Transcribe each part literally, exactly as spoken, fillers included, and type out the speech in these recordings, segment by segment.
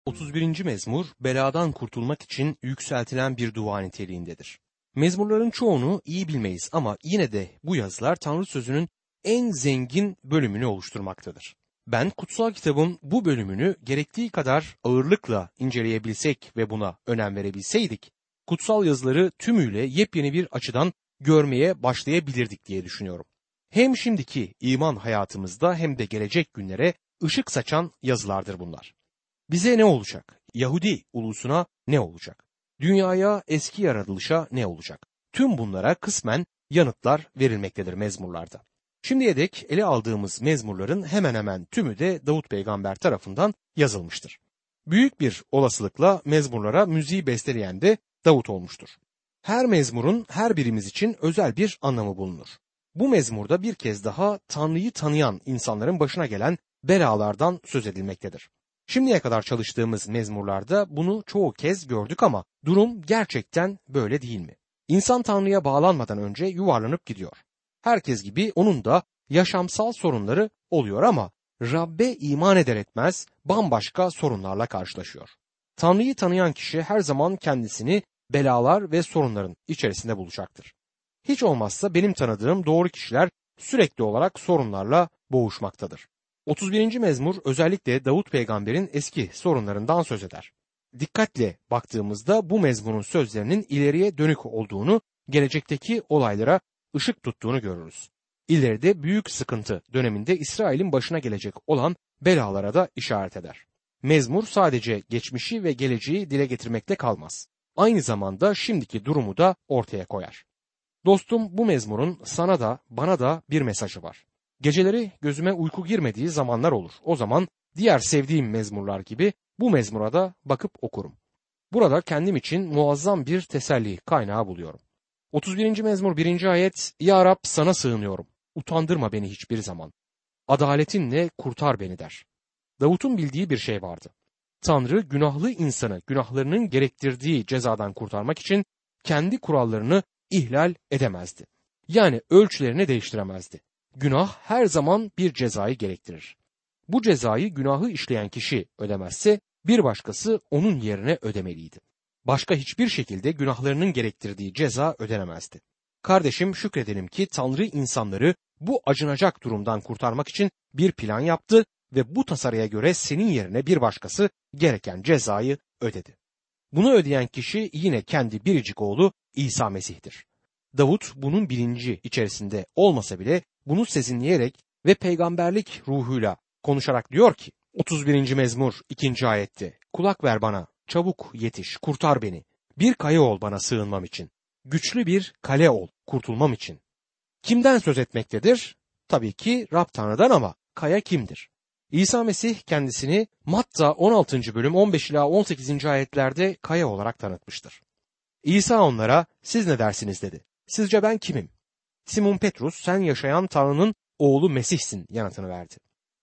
otuz birinci mezmur beladan kurtulmak için yükseltilen bir dua niteliğindedir. Mezmurların çoğunu iyi bilmeyiz ama yine de bu yazılar Tanrı sözünün en zengin bölümünü oluşturmaktadır. Ben kutsal kitabın bu bölümünü gerektiği kadar ağırlıkla inceleyebilsek ve buna önem verebilseydik, kutsal yazıları tümüyle yepyeni bir açıdan görmeye başlayabilirdik diye düşünüyorum. Hem şimdiki iman hayatımızda hem de gelecek günlere ışık saçan yazılardır bunlar. Bize ne olacak? Yahudi ulusuna ne olacak? Dünyaya, eski yaratılışa ne olacak? Tüm bunlara kısmen yanıtlar verilmektedir mezmurlarda. Şimdiye dek ele aldığımız mezmurların hemen hemen tümü de Davut peygamber tarafından yazılmıştır. Büyük bir olasılıkla mezmurlara müziği besteleyen de Davut olmuştur. Her mezmurun her birimiz için özel bir anlamı bulunur. Bu mezmurda bir kez daha Tanrı'yı tanıyan insanların başına gelen belalardan söz edilmektedir. Şimdiye kadar çalıştığımız mezmurlarda bunu çoğu kez gördük ama durum gerçekten böyle değil mi? İnsan Tanrı'ya bağlanmadan önce yuvarlanıp gidiyor. Herkes gibi onun da yaşamsal sorunları oluyor ama Rabbe iman eder etmez bambaşka sorunlarla karşılaşıyor. Tanrı'yı tanıyan kişi her zaman kendisini belalar ve sorunların içerisinde bulacaktır. Hiç olmazsa benim tanıdığım doğru kişiler sürekli olarak sorunlarla boğuşmaktadır. otuz birinci mezmur özellikle Davut peygamberin eski sorunlarından söz eder. Dikkatle baktığımızda bu mezmurun sözlerinin ileriye dönük olduğunu, gelecekteki olaylara ışık tuttuğunu görürüz. İleride büyük sıkıntı döneminde İsrail'in başına gelecek olan belalara da işaret eder. Mezmur sadece geçmişi ve geleceği dile getirmekle kalmaz. Aynı zamanda şimdiki durumu da ortaya koyar. Dostum, bu mezmurun sana da bana da bir mesajı var. Geceleri gözüme uyku girmediği zamanlar olur. O zaman diğer sevdiğim mezmurlar gibi bu mezmura da bakıp okurum. Burada kendim için muazzam bir teselli kaynağı buluyorum. otuz birinci mezmur birinci ayet, Ya Rab sana sığınıyorum, utandırma beni hiçbir zaman. Adaletinle kurtar beni der. Davut'un bildiği bir şey vardı. Tanrı günahlı insanı günahlarının gerektirdiği cezadan kurtarmak için kendi kurallarını ihlal edemezdi. Yani ölçülerini değiştiremezdi. Günah her zaman bir cezayı gerektirir. Bu cezayı günahı işleyen kişi ödemezse bir başkası onun yerine ödemeliydi. Başka hiçbir şekilde günahlarının gerektirdiği ceza ödenemezdi. Kardeşim, şükredelim ki Tanrı insanları bu acınacak durumdan kurtarmak için bir plan yaptı ve bu tasarıya göre senin yerine bir başkası gereken cezayı ödedi. Bunu ödeyen kişi yine kendi biricik oğlu İsa Mesih'tir. Davut bunun bilinci içerisinde olmasa bile bunu sezinleyerek ve peygamberlik ruhuyla konuşarak diyor ki otuz birinci mezmur ikinci ayette, kulak ver bana, çabuk yetiş, kurtar beni. Bir kaya ol bana sığınmam için. Güçlü bir kale ol kurtulmam için. Kimden söz etmektedir? Tabii ki Rab Tanrı'dan ama kaya kimdir? İsa Mesih kendisini Matta on altıncı bölüm on beş ila on sekizinci ayetlerde kaya olarak tanıtmıştır. İsa onlara siz ne dersiniz dedi. Sizce ben kimim? Simon Petrus sen yaşayan Tanrı'nın oğlu Mesih'sin yanıtını verdi.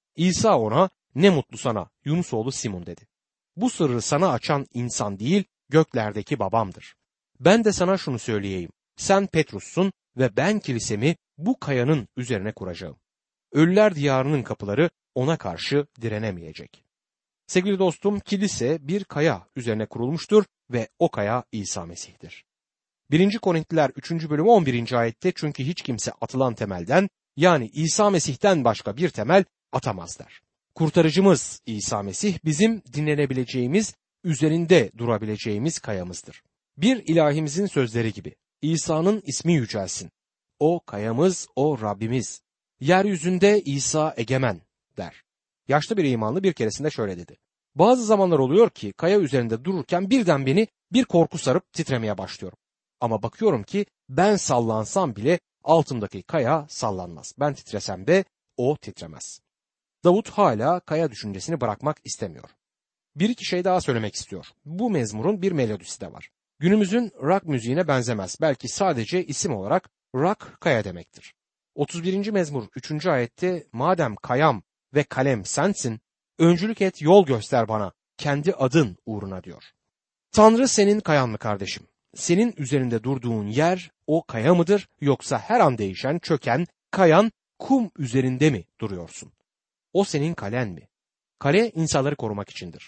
İsa ona ne mutlu sana Yunus oğlu Simon dedi. Bu sırrı sana açan insan değil göklerdeki babamdır. Ben de sana şunu söyleyeyim. Sen Petrus'sun ve ben kilisemi bu kayanın üzerine kuracağım. Ölüler diyarının kapıları ona karşı direnemeyecek. Sevgili dostum, kilise bir kaya üzerine kurulmuştur ve o kaya İsa Mesih'tir. birinci Korintliler üçüncü bölüm on birinci ayette çünkü hiç kimse atılan temelden yani İsa Mesih'ten başka bir temel atamaz der. Kurtarıcımız İsa Mesih bizim dinlenebileceğimiz, üzerinde durabileceğimiz kayamızdır. Bir ilahimizin sözleri gibi İsa'nın ismi yücelsin. O kayamız, o Rabbimiz. Yeryüzünde İsa egemen der. Yaşlı bir imanlı bir keresinde şöyle dedi. Bazı zamanlar oluyor ki kaya üzerinde dururken birden beni bir korku sarıp titremeye başlıyorum. Ama bakıyorum ki ben sallansam bile altımdaki kaya sallanmaz. Ben titresem de o titremez. Davut hala kaya düşüncesini bırakmak istemiyor. Bir iki şey daha söylemek istiyor. Bu mezmurun bir melodisi de var. Günümüzün rock müziğine benzemez. Belki sadece isim olarak rock kaya demektir. otuz birinci mezmur üçüncü ayette madem kayam ve kalem sensin, öncülük et yol göster bana kendi adın uğruna diyor. Tanrı senin kayan mı kardeşim? Senin üzerinde durduğun yer o kaya mıdır yoksa her an değişen, çöken, kayan kum üzerinde mi duruyorsun? O senin kalen mi? Kale insanları korumak içindir.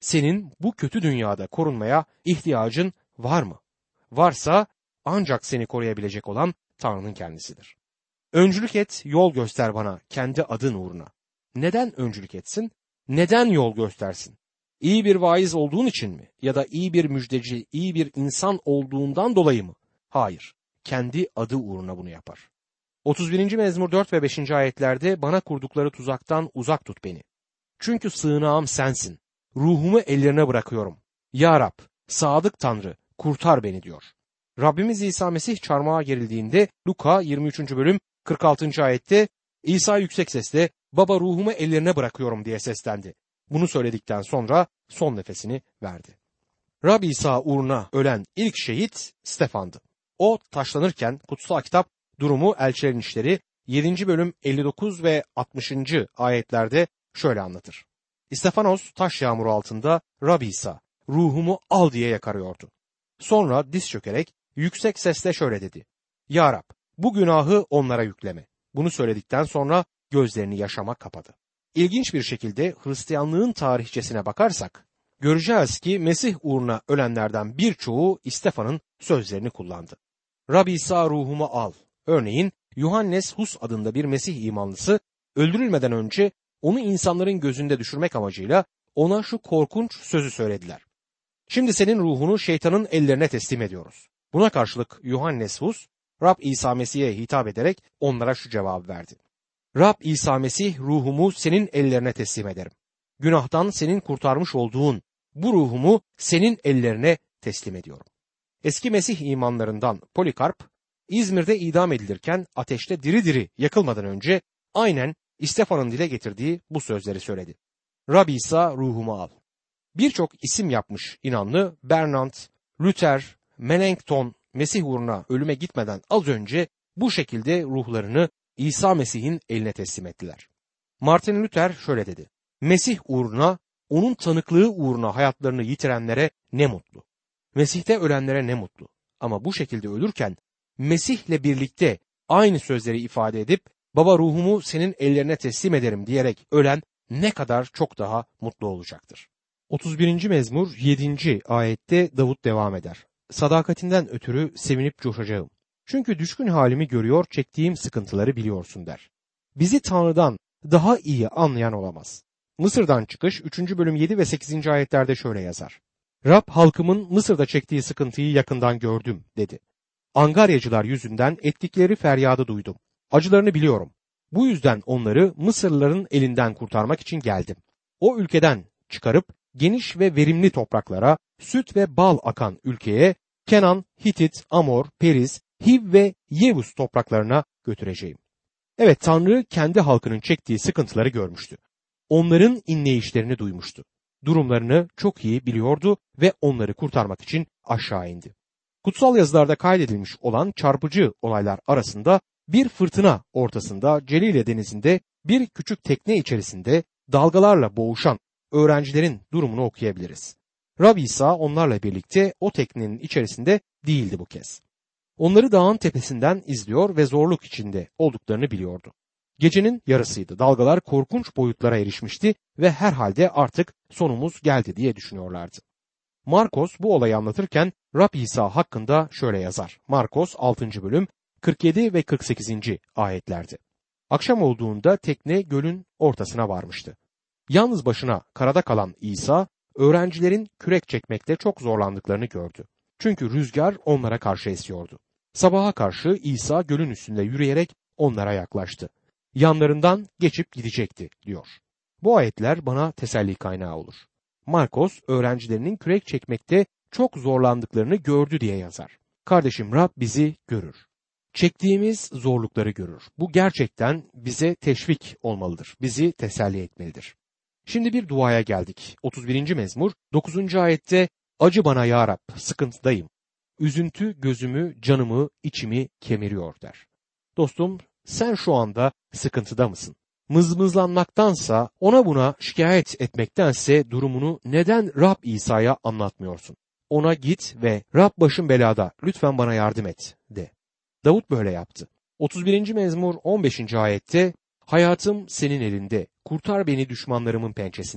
senin bu kötü dünyada korunmaya ihtiyacın var mı? Varsa ancak seni koruyabilecek olan Tanrı'nın kendisidir. Öncülük et, yol göster bana kendi adın uğruna. Neden öncülük etsin? Neden yol göstersin? İyi bir vaiz olduğun için mi? Ya da iyi bir müjdeci, iyi bir insan olduğundan dolayı mı? Hayır, kendi adı uğruna bunu yapar. otuz birinci mezmur dört ve beşinci ayetlerde bana kurdukları tuzaktan uzak tut beni. Çünkü sığınağım sensin. Ruhumu ellerine bırakıyorum. Ya Rab, sadık Tanrı, kurtar beni diyor. Rabbimiz İsa Mesih çarmıha gerildiğinde Luka yirmi üçüncü bölüm kırk altıncı ayette İsa yüksek sesle baba ruhumu ellerine bırakıyorum diye seslendi. Bunu söyledikten sonra son nefesini verdi. Rab İsa uğruna ölen ilk şehit Stefan'dı. O taşlanırken kutsal kitap durumu Elçilerin İşleri yedinci bölüm elli dokuz ve altmışıncı ayetlerde şöyle anlatır. İstefanos taş yağmuru altında Rab İsa ruhumu al diye yakarıyordu. Sonra diz çökerek yüksek sesle şöyle dedi. Ya Rab bu günahı onlara yükleme. Bunu söyledikten sonra gözlerini yaşama kapadı. İlginç bir şekilde Hristiyanlığın tarihçesine bakarsak göreceğiz ki Mesih uğruna ölenlerden birçoğu İstefan'ın sözlerini kullandı. Rab İsa ruhumu al. Örneğin Yuhannes Hus adında bir Mesih imanlısı öldürülmeden önce onu insanların gözünde düşürmek amacıyla ona şu korkunç sözü söylediler. Şimdi senin ruhunu şeytanın ellerine teslim ediyoruz. Buna karşılık Yuhannes Hus, Rab İsa Mesih'e hitap ederek onlara şu cevabı verdi. Rab İsa Mesih ruhumu senin ellerine teslim ederim. Günahtan senin kurtarmış olduğun bu ruhumu senin ellerine teslim ediyorum. Eski Mesih imanlarından Polikarp, İzmir'de idam edilirken ateşte diri diri yakılmadan önce aynen İstefan'ın dile getirdiği bu sözleri söyledi. Rab İsa ruhumu al. Birçok isim yapmış inanlı Bernard, Luther, Melanchthon Mesih uğruna ölüme gitmeden az önce bu şekilde ruhlarını İsa Mesih'in eline teslim ettiler. Martin Luther şöyle dedi. Mesih uğruna, onun tanıklığı uğruna hayatlarını yitirenlere ne mutlu. Mesih'te ölenlere ne mutlu. Ama bu şekilde ölürken Mesih'le birlikte aynı sözleri ifade edip baba ruhumu senin ellerine teslim ederim diyerek ölen ne kadar çok daha mutlu olacaktır. otuz birinci mezmur yedinci ayette Davut devam eder. Sadakatinden ötürü sevinip coşacağım. Çünkü düşkün halimi görüyor, çektiğim sıkıntıları biliyorsun der. Bizi Tanrı'dan daha iyi anlayan olamaz. Mısır'dan çıkış üçüncü bölüm yedi ve sekizinci ayetlerde şöyle yazar. Rab halkımın Mısır'da çektiği sıkıntıyı yakından gördüm dedi. Angaryacılar yüzünden ettikleri feryadı duydum. Acılarını biliyorum. Bu yüzden onları Mısırlıların elinden kurtarmak için geldim. O ülkeden çıkarıp geniş ve verimli topraklara, süt ve bal akan ülkeye, Kenan, Hitit, Amor, Periz, Hiv ve Yevus topraklarına götüreceğim. Evet, Tanrı kendi halkının çektiği sıkıntıları görmüştü. Onların inleyişlerini duymuştu. Durumlarını çok iyi biliyordu ve onları kurtarmak için aşağı indi. Kutsal yazılarda kaydedilmiş olan çarpıcı olaylar arasında bir fırtına ortasında Celile denizinde bir küçük tekne içerisinde dalgalarla boğuşan öğrencilerin durumunu okuyabiliriz. Rab İsa onlarla birlikte o teknenin içerisinde değildi bu kez. Onları dağın tepesinden izliyor ve zorluk içinde olduklarını biliyordu. Gecenin yarısıydı. Dalgalar korkunç boyutlara erişmişti ve herhalde artık sonumuz geldi diye düşünüyorlardı. Markos bu olayı anlatırken Rab İsa hakkında şöyle yazar. Markos altıncı bölüm kırk yedi ve kırk sekizinci ayetlerde. Akşam olduğunda tekne gölün ortasına varmıştı. Yalnız başına karada kalan İsa, öğrencilerin kürek çekmekte çok zorlandıklarını gördü. Çünkü rüzgar onlara karşı esiyordu. Sabaha karşı İsa gölün üstünde yürüyerek onlara yaklaştı. Yanlarından geçip gidecekti diyor. Bu ayetler bana teselli kaynağı olur. Markos öğrencilerinin kürek çekmekte çok zorlandıklarını gördü diye yazar. Kardeşim, Rab bizi görür. Çektiğimiz zorlukları görür. Bu gerçekten bize teşvik olmalıdır. Bizi teselli etmelidir. Şimdi bir duaya geldik. otuz birinci mezmur dokuzuncu ayette acı bana ya Rab, sıkıntıdayım. Üzüntü gözümü, canımı, içimi kemiriyor der. Dostum, sen şu anda sıkıntıda mısın? Mızmızlanmaktansa, ona buna şikayet etmektense durumunu neden Rab İsa'ya anlatmıyorsun? Ona git ve Rab başım belada, lütfen bana yardım et de. Davut böyle yaptı. otuz birinci mezmur on beşinci ayette hayatım senin elinde, kurtar beni düşmanlarımın pençesinden.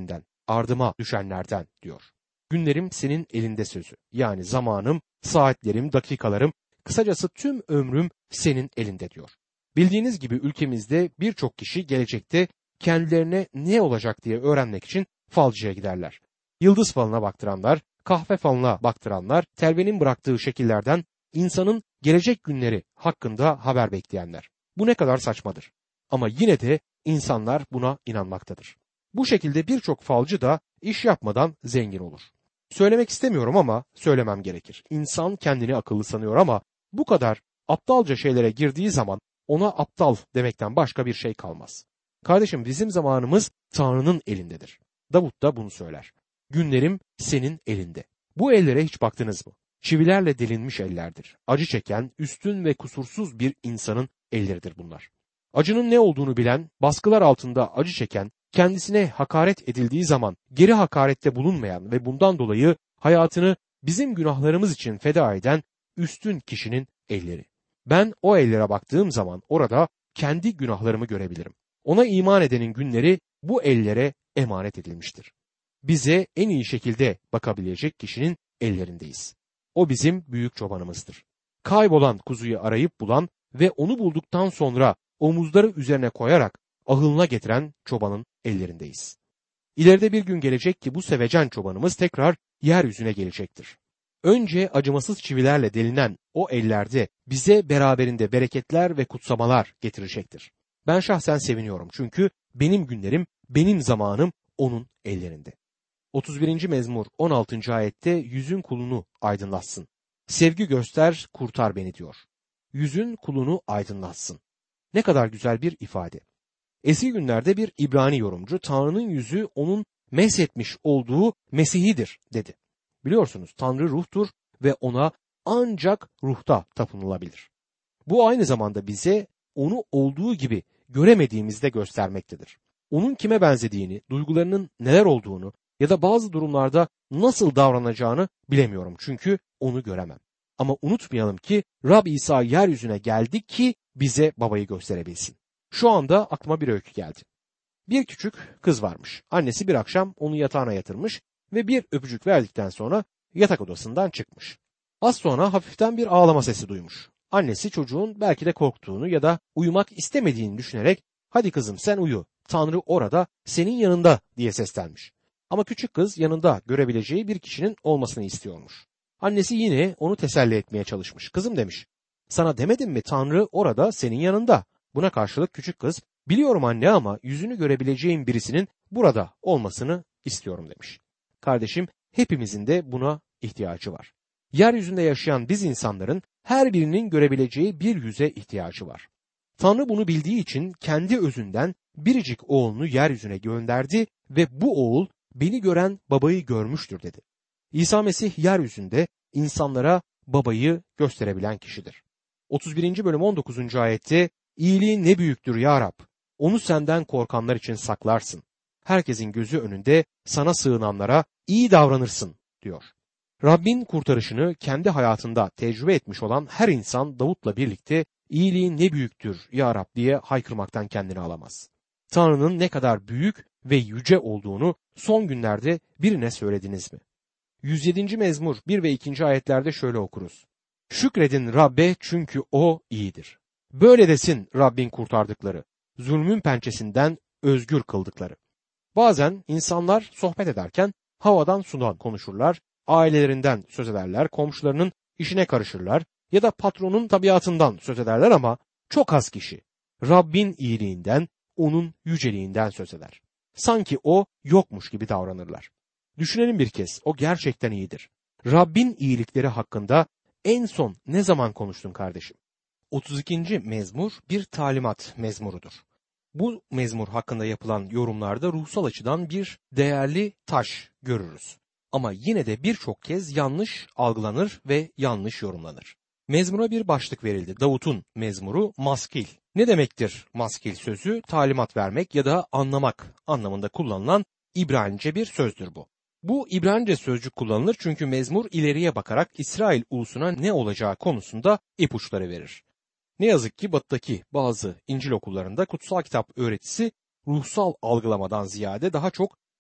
ardıma düşenlerden diyor. Günlerim senin elinde sözü. Yani zamanım, saatlerim, dakikalarım, kısacası tüm ömrüm senin elinde diyor. Bildiğiniz gibi ülkemizde birçok kişi gelecekte kendilerine ne olacak diye öğrenmek için falcıya giderler. Yıldız falına baktıranlar, kahve falına baktıranlar, telvenin bıraktığı şekillerden insanın gelecek günleri hakkında haber bekleyenler. Bu ne kadar saçmadır. Ama yine de insanlar buna inanmaktadır. Bu şekilde birçok falcı da iş yapmadan zengin olur. Söylemek istemiyorum ama söylemem gerekir. İnsan kendini akıllı sanıyor ama bu kadar aptalca şeylere girdiği zaman ona aptal demekten başka bir şey kalmaz. Kardeşim, bizim zamanımız Tanrı'nın elindedir. Davut da bunu söyler. Günlerim senin elinde. Bu ellere hiç baktınız mı? Çivilerle delinmiş ellerdir. Acı çeken, üstün ve kusursuz bir insanın elleridir bunlar. Acının ne olduğunu bilen, baskılar altında acı çeken, kendisine hakaret edildiği zaman geri hakarette bulunmayan ve bundan dolayı hayatını bizim günahlarımız için feda eden üstün kişinin elleri. Ben o ellere baktığım zaman orada kendi günahlarımı görebilirim. Ona iman edenin günleri bu ellere emanet edilmiştir. Bize en iyi şekilde bakabilecek kişinin ellerindeyiz. O bizim büyük çobanımızdır. Kaybolan kuzuyu arayıp bulan ve onu bulduktan sonra omuzları üzerine koyarak ahılına getiren çobanın ellerindeyiz. İleride bir gün gelecek ki bu sevecen çobanımız tekrar yeryüzüne gelecektir. Önce acımasız çivilerle delinen o ellerde bize beraberinde bereketler ve kutsamalar getirecektir. Ben şahsen seviniyorum çünkü benim günlerim, benim zamanım onun ellerinde. otuz birinci mezmur on altıncı ayette yüzün kulunu aydınlatsın. Sevgi göster, kurtar beni diyor. Yüzün kulunu aydınlatsın. Ne kadar güzel bir ifade. Eski günlerde bir İbrani yorumcu Tanrı'nın yüzü onun meshetmiş olduğu Mesih'idir dedi. Biliyorsunuz Tanrı ruhtur ve ona ancak ruhta tapınılabilir. Bu aynı zamanda bize onu olduğu gibi göremediğimizde göstermektedir. Onun kime benzediğini, duygularının neler olduğunu ya da bazı durumlarda nasıl davranacağını bilemiyorum çünkü onu göremem. Ama unutmayalım ki Rab İsa yeryüzüne geldi ki bize babayı gösterebilsin. Şu anda aklıma bir öykü geldi. Bir küçük kız varmış. Annesi bir akşam onu yatağına yatırmış ve bir öpücük verdikten sonra yatak odasından çıkmış. Az sonra hafiften bir ağlama sesi duymuş. Annesi çocuğun belki de korktuğunu ya da uyumak istemediğini düşünerek "Hadi kızım sen uyu, Tanrı orada, senin yanında" diye seslenmiş. Ama küçük kız yanında görebileceği bir kişinin olmasını istiyormuş. Annesi yine onu teselli etmeye çalışmış. "Kızım" demiş, "sana demedim mi Tanrı orada, senin yanında?" Buna karşılık küçük kız "Biliyorum anne ama yüzünü görebileceğim birisinin burada olmasını istiyorum" demiş. Kardeşim, hepimizin de buna ihtiyacı var. Yeryüzünde yaşayan biz insanların her birinin görebileceği bir yüze ihtiyacı var. Tanrı bunu bildiği için kendi özünden biricik oğlunu yeryüzüne gönderdi ve bu oğul beni gören babayı görmüştür dedi. İsa Mesih yeryüzünde insanlara babayı gösterebilen kişidir. otuz birinci bölüm on dokuzuncu ayette "İyiliğin ne büyüktür ya Rab, onu senden korkanlar için saklarsın. Herkesin gözü önünde sana sığınanlara iyi davranırsın" diyor. Rabbin kurtarışını kendi hayatında tecrübe etmiş olan her insan Davut'la birlikte "İyiliğin ne büyüktür ya Rab" diye haykırmaktan kendini alamaz. Tanrı'nın ne kadar büyük ve yüce olduğunu son günlerde birine söylediniz mi? yüz yedinci mezmur bir ve ikinci ayetlerde şöyle okuruz. "Şükredin Rabbe çünkü o iyidir. Böyle desin Rabbin kurtardıkları, zulmün pençesinden özgür kıldıkları." Bazen insanlar sohbet ederken havadan sudan konuşurlar, ailelerinden söz ederler, komşularının işine karışırlar ya da patronun tabiatından söz ederler ama çok az kişi Rabbin iyiliğinden, onun yüceliğinden söz eder. Sanki o yokmuş gibi davranırlar. Düşünelim bir kez, o gerçekten iyidir. Rabbin iyilikleri hakkında en son ne zaman konuştun kardeşim? otuz ikinci mezmur bir talimat mezmurudur. Bu mezmur hakkında yapılan yorumlarda ruhsal açıdan bir değerli taş görürüz. Ama yine de birçok kez yanlış algılanır ve yanlış yorumlanır. Mezmura bir başlık verildi. Davut'un mezmuru maskil. Ne demektir maskil sözü? Talimat vermek ya da anlamak anlamında kullanılan İbranice bir sözdür bu. Bu İbranice sözcük kullanılır çünkü mezmur ileriye bakarak İsrail ulusuna ne olacağı konusunda ipuçları verir. Ne yazık ki batıdaki bazı İncil okullarında kutsal kitap öğretisi ruhsal algılamadan ziyade daha çok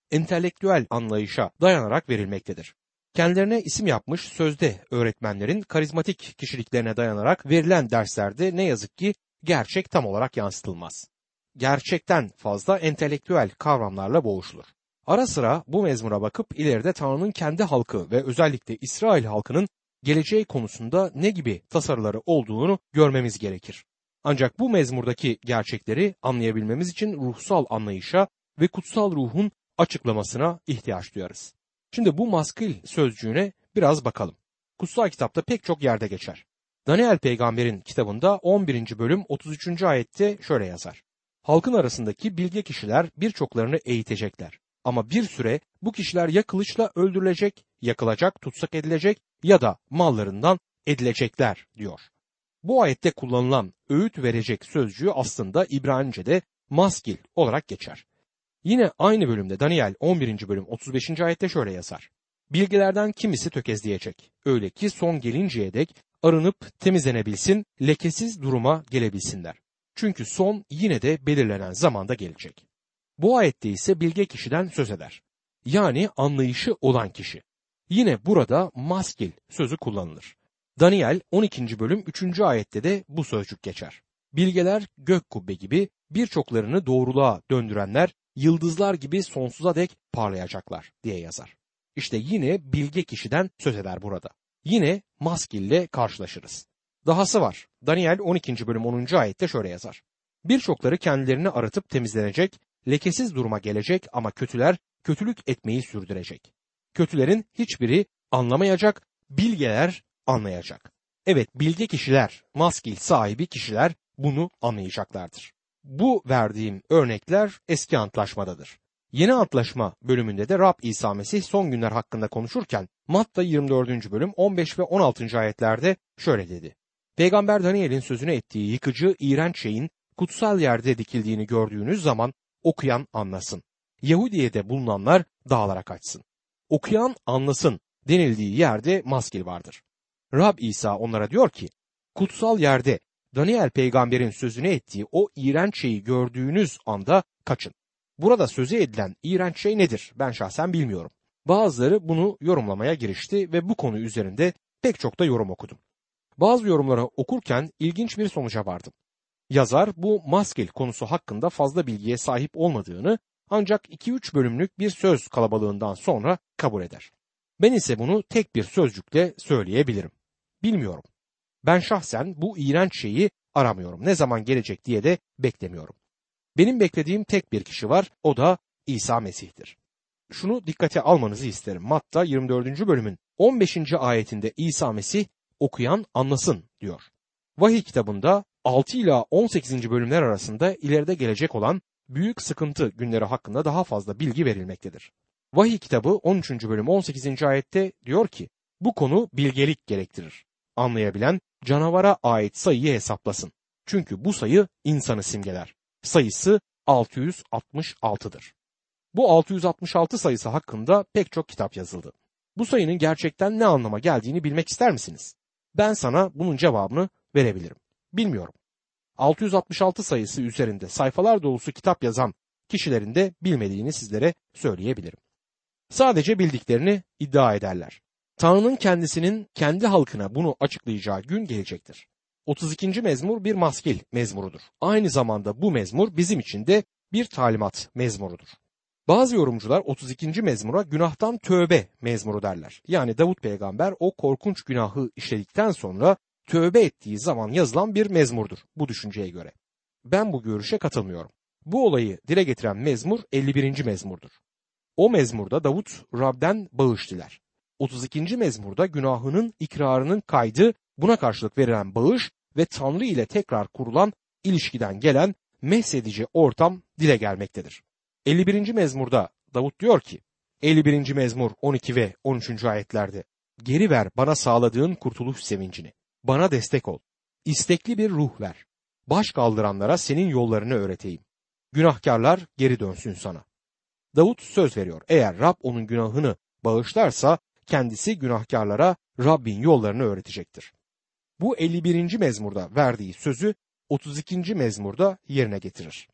entelektüel anlayışa dayanarak verilmektedir. Kendilerine isim yapmış sözde öğretmenlerin karizmatik kişiliklerine dayanarak verilen derslerde ne yazık ki gerçek tam olarak yansıtılmaz. Gerçekten fazla entelektüel kavramlarla boğuşulur. Ara sıra bu mezmura bakıp ileride Tanrı'nın kendi halkı ve özellikle İsrail halkının geleceği konusunda ne gibi tasarıları olduğunu görmemiz gerekir. Ancak bu mezmurdaki gerçekleri anlayabilmemiz için ruhsal anlayışa ve kutsal ruhun açıklamasına ihtiyaç duyarız. Şimdi bu maskil sözcüğüne biraz bakalım. Kutsal kitapta pek çok yerde geçer. Daniel peygamberin kitabında on birinci bölüm otuz üçüncü ayette şöyle yazar. Halkın arasındaki bilge kişiler birçoklarını eğitecekler. Ama bir süre bu kişiler ya kılıçla öldürülecek, yakılacak, tutsak edilecek ya da mallarından edilecekler diyor. Bu ayette kullanılan öğüt verecek sözcüğü aslında İbranice'de maskil olarak geçer. Yine aynı bölümde Daniel on birinci bölüm otuz beşinci ayette şöyle yazar. Bilgelerden kimisi tökezleyecek. Öyle ki son gelinceye dek arınıp temizlenebilsin, lekesiz duruma gelebilsinler. Çünkü son yine de belirlenen zamanda gelecek. Bu ayette ise bilge kişiden söz eder. Yani anlayışı olan kişi. Yine burada maskil sözü kullanılır. Daniel on ikinci bölüm üçüncü ayette de bu sözcük geçer. Bilgeler gök kubbe gibi, birçoklarını doğruluğa döndürenler yıldızlar gibi sonsuza dek parlayacaklar diye yazar. İşte yine bilge kişiden söz eder burada. Yine maskille karşılaşırız. Dahası var. Daniel on ikinci bölüm onuncu ayette şöyle yazar. Birçokları kendilerini aratıp temizlenecek, lekesiz duruma gelecek ama kötüler kötülük etmeyi sürdürecek. Kötülerin hiçbiri anlamayacak, bilgeler anlayacak. Evet, bilge kişiler, maskil sahibi kişiler bunu anlayacaklardır. Bu verdiğim örnekler eski antlaşmadadır. Yeni antlaşma bölümünde de Rab İsa Mesih son günler hakkında konuşurken Matta yirmi dördüncü bölüm on beş ve on altıncı ayetlerde şöyle dedi. Peygamber Daniel'in sözünü ettiği yıkıcı, iğrenç şeyin kutsal yerde dikildiğini gördüğünüz zaman okuyan anlasın. Yahudiye'de bulunanlar dağlara kaçsın. Okuyan anlasın denildiği yerde maskil vardır. Rab İsa onlara diyor ki, kutsal yerde Daniel peygamberin sözünü ettiği o iğrenç şeyi gördüğünüz anda kaçın. Burada sözü edilen iğrenç şey nedir? Ben şahsen bilmiyorum. Bazıları bunu yorumlamaya girişti ve bu konu üzerinde pek çok da yorum okudum. Bazı yorumları okurken ilginç bir sonuca vardım. Yazar bu maskil konusu hakkında fazla bilgiye sahip olmadığını ancak iki üç bölümlük bir söz kalabalığından sonra kabul eder. Ben ise bunu tek bir sözcükle söyleyebilirim. Bilmiyorum. Ben şahsen bu iğrenç şeyi aramıyorum. Ne zaman gelecek diye de beklemiyorum. Benim beklediğim tek bir kişi var, o da İsa Mesih'tir. Şunu dikkate almanızı isterim. Matta yirmi dördüncü bölümün on beşinci ayetinde İsa Mesih okuyan anlasın diyor. Vahiy kitabında altı ila on sekizinci bölümler arasında ileride gelecek olan büyük sıkıntı günleri hakkında daha fazla bilgi verilmektedir. Vahiy kitabı on üçüncü bölüm on sekizinci ayette diyor ki, bu konu bilgelik gerektirir. Anlayabilen canavara ait sayıyı hesaplasın. Çünkü bu sayı insanı simgeler. Sayısı altı yüz altmış altıdır. Bu altı yüz altmış altı sayısı hakkında pek çok kitap yazıldı. Bu sayının gerçekten ne anlama geldiğini bilmek ister misiniz? Ben sana bunun cevabını verebilirim. Bilmiyorum. altı yüz altmış altı sayısı üzerinde sayfalar dolusu kitap yazan kişilerin de bilmediğini sizlere söyleyebilirim. Sadece bildiklerini iddia ederler. Tanrı'nın kendisinin kendi halkına bunu açıklayacağı gün gelecektir. otuz ikinci mezmur bir maskil mezmurudur. Aynı zamanda bu mezmur bizim için de bir talimat mezmurudur. Bazı yorumcular otuz ikinci mezmura günahtan tövbe mezmuru derler. Yani Davut peygamber o korkunç günahı işledikten sonra tövbe ettiği zaman yazılan bir mezmurdur bu düşünceye göre. Ben bu görüşe katılmıyorum. Bu olayı dile getiren mezmur elli birinci mezmurdur. O mezmurda Davut Rab'den bağış diler. otuz ikinci mezmurda günahının ikrarının kaydı, buna karşılık verilen bağış ve Tanrı ile tekrar kurulan ilişkiden gelen meshedici ortam dile gelmektedir. elli birinci mezmurda Davut diyor ki, elli birinci mezmur on iki ve on üçüncü ayetlerde, geri ver bana sağladığın kurtuluş sevincini, bana destek ol, istekli bir ruh ver, baş kaldıranlara senin yollarını öğreteyim, günahkarlar geri dönsün sana. Davut söz veriyor, eğer Rab onun günahını bağışlarsa kendisi günahkarlara Rabbin yollarını öğretecektir. Bu elli birinci mezmurda verdiği sözü otuz ikinci mezmurda yerine getirir.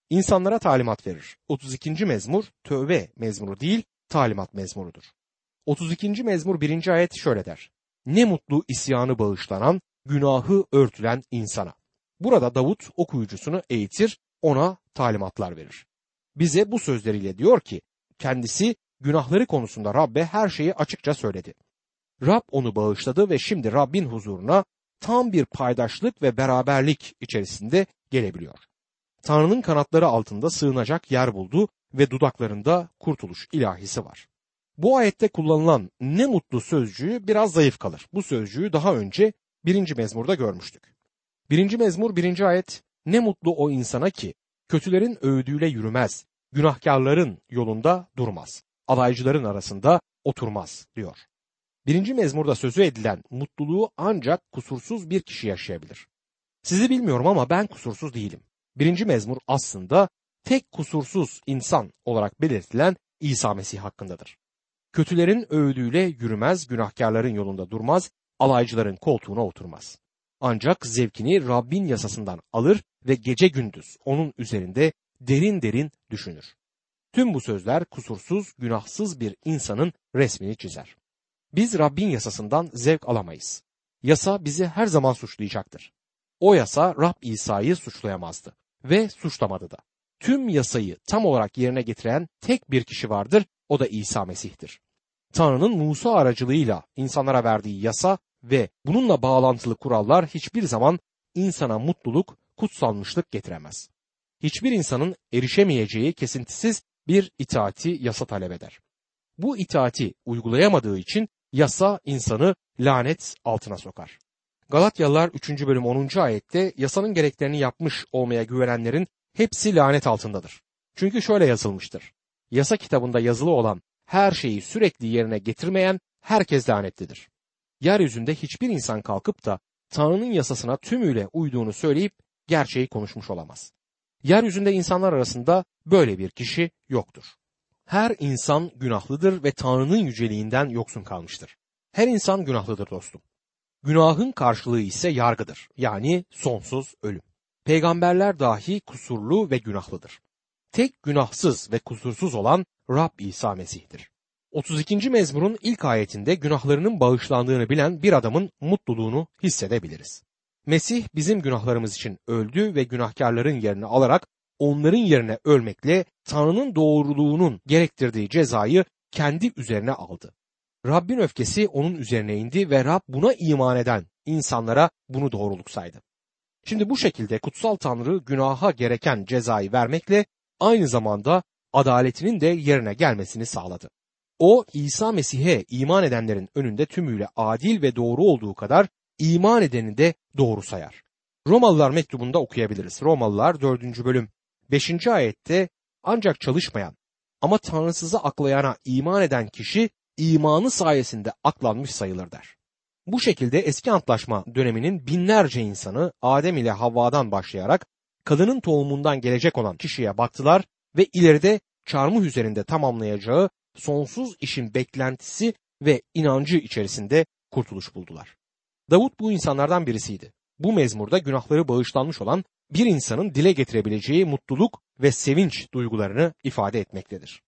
İnsanlara talimat verir. otuz ikinci mezmur tövbe mezmuru değil, talimat mezmurudur. otuz ikinci mezmur birinci ayet şöyle der. Ne mutlu isyanı bağışlanan, günahı örtülen insana. Burada Davut okuyucusunu eğitir, ona talimatlar verir. Bize bu sözleriyle diyor ki, kendisi günahları konusunda Rabbe her şeyi açıkça söyledi. Rab onu bağışladı ve şimdi Rabbin huzuruna tam bir paydaşlık ve beraberlik içerisinde gelebiliyor. Tanrı'nın kanatları altında sığınacak yer buldu ve dudaklarında kurtuluş ilahisi var. Bu ayette kullanılan ne mutlu sözcüğü biraz zayıf kalır. Bu sözcüğü daha önce birinci mezmurda görmüştük. Birinci mezmur birinci ayet ne mutlu o insana ki kötülerin öğüdüyle yürümez, günahkarların yolunda durmaz, alaycıların arasında oturmaz diyor. Birinci mezmurda sözü edilen mutluluğu ancak kusursuz bir kişi yaşayabilir. Sizi bilmiyorum ama ben kusursuz değilim. Birinci mezmur aslında tek kusursuz insan olarak belirtilen İsa Mesih hakkındadır. Kötülerin öğüdüyle yürümez, günahkarların yolunda durmaz, alaycıların koltuğuna oturmaz. Ancak zevkini Rabbin yasasından alır ve gece gündüz onun üzerinde derin derin düşünür. Tüm bu sözler kusursuz, günahsız bir insanın resmini çizer. Biz Rabbin yasasından zevk alamayız. Yasa bizi her zaman suçlayacaktır. O yasa Rab İsa'yı suçlayamazdı ve suçlamadı da. Tüm yasayı tam olarak yerine getiren tek bir kişi vardır, o da İsa Mesih'tir. Tanrı'nın Musa aracılığıyla insanlara verdiği yasa ve bununla bağlantılı kurallar hiçbir zaman insana mutluluk, kutsalmışlık getiremez. Hiçbir insanın erişemeyeceği kesintisiz bir itaati yasa talep eder. Bu itaati uygulayamadığı için yasa insanı lanet altına sokar. Galatyalılar üçüncü bölüm onuncu ayette yasanın gereklerini yapmış olmaya güvenenlerin hepsi lanet altındadır. Çünkü şöyle yazılmıştır. Yasa kitabında yazılı olan her şeyi sürekli yerine getirmeyen herkes lanetlidir. Yeryüzünde hiçbir insan kalkıp da Tanrı'nın yasasına tümüyle uyduğunu söyleyip gerçeği konuşmuş olamaz. Yeryüzünde insanlar arasında böyle bir kişi yoktur. Her insan günahlıdır ve Tanrı'nın yüceliğinden yoksun kalmıştır. Her insan günahlıdır dostum. Günahın karşılığı ise yargıdır, yani sonsuz ölüm. Peygamberler dahi kusurlu ve günahlıdır. Tek günahsız ve kusursuz olan Rab İsa Mesih'tir. otuz ikinci mezmurun ilk ayetinde günahlarının bağışlandığını bilen bir adamın mutluluğunu hissedebiliriz. Mesih bizim günahlarımız için öldü ve günahkarların yerini alarak onların yerine ölmekle Tanrı'nın doğruluğunun gerektirdiği cezayı kendi üzerine aldı. Rabbin öfkesi onun üzerine indi ve Rab buna iman eden insanlara bunu doğruluk saydı. Şimdi bu şekilde kutsal Tanrı günaha gereken cezayı vermekle aynı zamanda adaletinin de yerine gelmesini sağladı. O İsa Mesih'e iman edenlerin önünde tümüyle adil ve doğru olduğu kadar iman edeni de doğru sayar. Romalılar mektubunda okuyabiliriz. Romalılar dördüncü bölüm beşinci ayette ancak çalışmayan ama Tanrısızı aklayana iman eden kişi imanı sayesinde aklanmış sayılır der. Bu şekilde eski antlaşma döneminin binlerce insanı Adem ile Havva'dan başlayarak kadının tohumundan gelecek olan kişiye baktılar ve ileride çarmıh üzerinde tamamlayacağı sonsuz işin beklentisi ve inancı içerisinde kurtuluş buldular. Davut bu insanlardan birisiydi. Bu mezmurda günahları bağışlanmış olan bir insanın dile getirebileceği mutluluk ve sevinç duygularını ifade etmektedir.